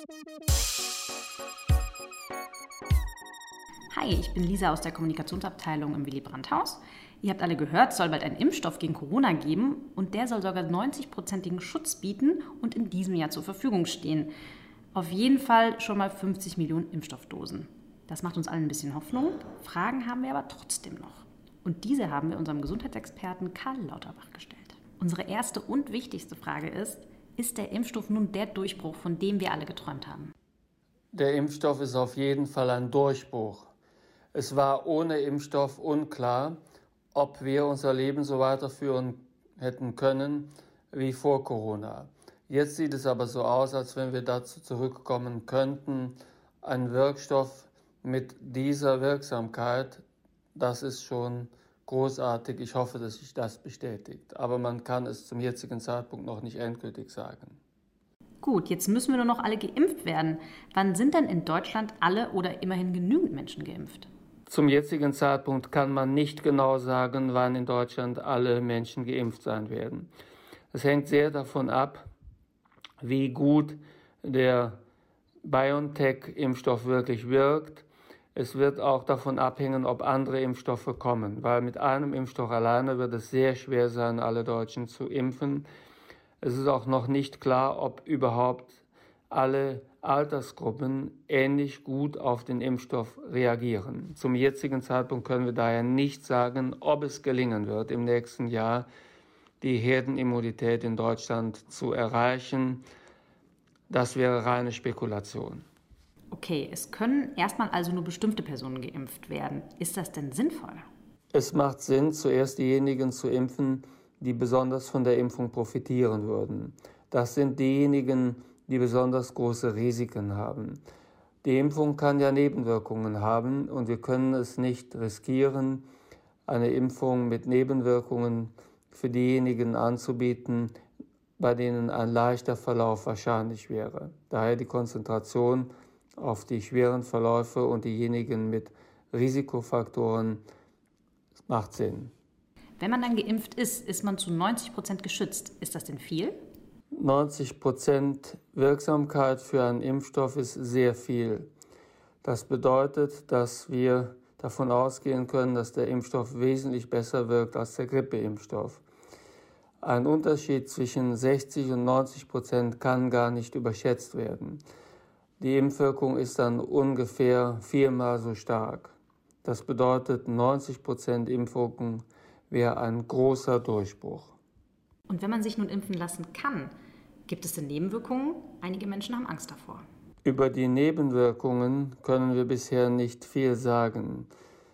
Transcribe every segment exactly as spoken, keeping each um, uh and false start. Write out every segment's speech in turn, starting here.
Hi, ich bin Lisa aus der Kommunikationsabteilung im Willy Brandt-Haus. Ihr habt alle gehört, es soll bald einen Impfstoff gegen Corona geben und der soll sogar neunzig-prozentigen Schutz bieten und in diesem Jahr zur Verfügung stehen. Auf jeden Fall schon mal fünfzig Millionen Impfstoffdosen. Das macht uns allen ein bisschen Hoffnung. Fragen haben wir aber trotzdem noch. Und diese haben wir unserem Gesundheitsexperten Karl Lauterbach gestellt. Unsere erste und wichtigste Frage ist, ist der Impfstoff nun der Durchbruch, von dem wir alle geträumt haben? Der Impfstoff ist auf jeden Fall ein Durchbruch. Es war ohne Impfstoff unklar, ob wir unser Leben so weiterführen hätten können wie vor Corona. Jetzt sieht es aber so aus, als wenn wir dazu zurückkommen könnten. Ein Wirkstoff mit dieser Wirksamkeit, das ist schon großartig. Ich hoffe, dass sich das bestätigt. Aber man kann es zum jetzigen Zeitpunkt noch nicht endgültig sagen. Gut, jetzt müssen wir nur noch alle geimpft werden. Wann sind denn in Deutschland alle oder immerhin genügend Menschen geimpft? Zum jetzigen Zeitpunkt kann man nicht genau sagen, wann in Deutschland alle Menschen geimpft sein werden. Es hängt sehr davon ab, wie gut der BioNTech-Impfstoff wirklich wirkt. Es wird auch davon abhängen, ob andere Impfstoffe kommen, weil mit einem Impfstoff alleine wird es sehr schwer sein, alle Deutschen zu impfen. Es ist auch noch nicht klar, ob überhaupt alle Altersgruppen ähnlich gut auf den Impfstoff reagieren. Zum jetzigen Zeitpunkt können wir daher nicht sagen, ob es gelingen wird, im nächsten Jahr die Herdenimmunität in Deutschland zu erreichen. Das wäre reine Spekulation. Okay, es können erstmal also nur bestimmte Personen geimpft werden. Ist das denn sinnvoll? Es macht Sinn, zuerst diejenigen zu impfen, die besonders von der Impfung profitieren würden. Das sind diejenigen, die besonders große Risiken haben. Die Impfung kann ja Nebenwirkungen haben und wir können es nicht riskieren, eine Impfung mit Nebenwirkungen für diejenigen anzubieten, bei denen ein leichter Verlauf wahrscheinlich wäre. Daher die Konzentration auf die schweren Verläufe und diejenigen mit Risikofaktoren macht Sinn. Wenn man dann geimpft ist, ist man zu neunzig Prozent geschützt. Ist das denn viel? neunzig Prozent Wirksamkeit für einen Impfstoff ist sehr viel. Das bedeutet, dass wir davon ausgehen können, dass der Impfstoff wesentlich besser wirkt als der Grippeimpfstoff. Ein Unterschied zwischen sechzig und neunzig Prozent kann gar nicht überschätzt werden. Die Impfwirkung ist dann ungefähr viermal so stark. Das bedeutet, neunzig Prozent Impfwirkung wäre ein großer Durchbruch. Und wenn man sich nun impfen lassen kann, gibt es denn Nebenwirkungen? Einige Menschen haben Angst davor. Über die Nebenwirkungen können wir bisher nicht viel sagen.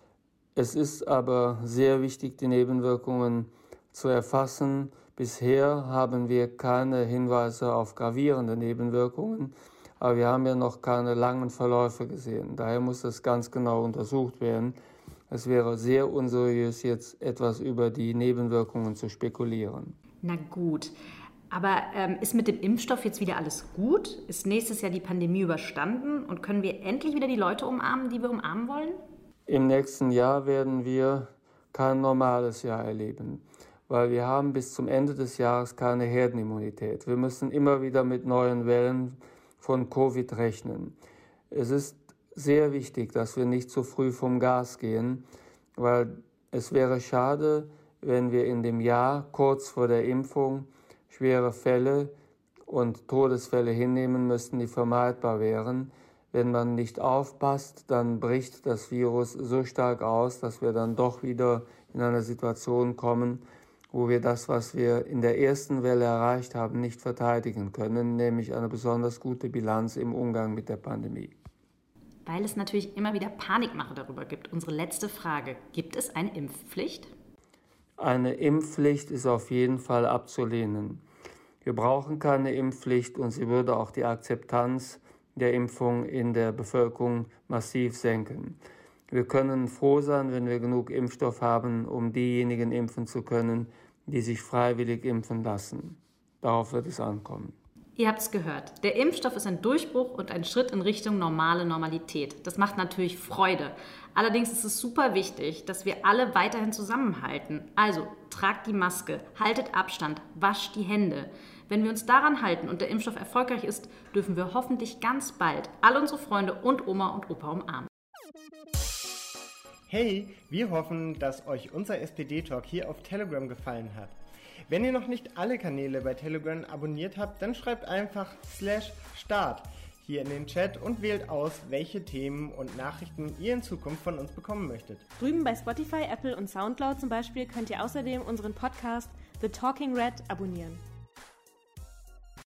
Es ist aber sehr wichtig, die Nebenwirkungen zu erfassen. Bisher haben wir keine Hinweise auf gravierende Nebenwirkungen, aber wir haben ja noch keine langen Verläufe gesehen. Daher muss das ganz genau untersucht werden. Es wäre sehr unseriös, jetzt etwas über die Nebenwirkungen zu spekulieren. Na gut, aber ähm, ist mit dem Impfstoff jetzt wieder alles gut? Ist nächstes Jahr die Pandemie überstanden und können wir endlich wieder die Leute umarmen, die wir umarmen wollen? Im nächsten Jahr werden wir kein normales Jahr erleben, weil wir haben bis zum Ende des Jahres keine Herdenimmunität. Wir müssen immer wieder mit neuen Wellen von Covid rechnen. Es ist sehr wichtig, dass wir nicht zu früh vom Gas gehen, weil es wäre schade, wenn wir in dem Jahr kurz vor der Impfung schwere Fälle und Todesfälle hinnehmen müssten, die vermeidbar wären. Wenn man nicht aufpasst, dann bricht das Virus so stark aus, dass wir dann doch wieder in eine Situation kommen, wo wir das, was wir in der ersten Welle erreicht haben, nicht verteidigen können, nämlich eine besonders gute Bilanz im Umgang mit der Pandemie. Weil es natürlich immer wieder Panikmache darüber gibt. Unsere letzte Frage, gibt es eine Impfpflicht? Eine Impfpflicht ist auf jeden Fall abzulehnen. Wir brauchen keine Impfpflicht und sie würde auch die Akzeptanz der Impfung in der Bevölkerung massiv senken. Wir können froh sein, wenn wir genug Impfstoff haben, um diejenigen impfen zu können, die sich freiwillig impfen lassen. Darauf wird es ankommen. Ihr habt es gehört. Der Impfstoff ist ein Durchbruch und ein Schritt in Richtung normale Normalität. Das macht natürlich Freude. Allerdings ist es super wichtig, dass wir alle weiterhin zusammenhalten. Also tragt die Maske, haltet Abstand, wascht die Hände. Wenn wir uns daran halten und der Impfstoff erfolgreich ist, dürfen wir hoffentlich ganz bald alle unsere Freunde und Oma und Opa umarmen. Hey, wir hoffen, dass euch unser S P D-Talk hier auf Telegram gefallen hat. Wenn ihr noch nicht alle Kanäle bei Telegram abonniert habt, dann schreibt einfach slash start hier in den Chat und wählt aus, welche Themen und Nachrichten ihr in Zukunft von uns bekommen möchtet. Drüben bei Spotify, Apple und Soundcloud zum Beispiel könnt ihr außerdem unseren Podcast The Talking Red abonnieren.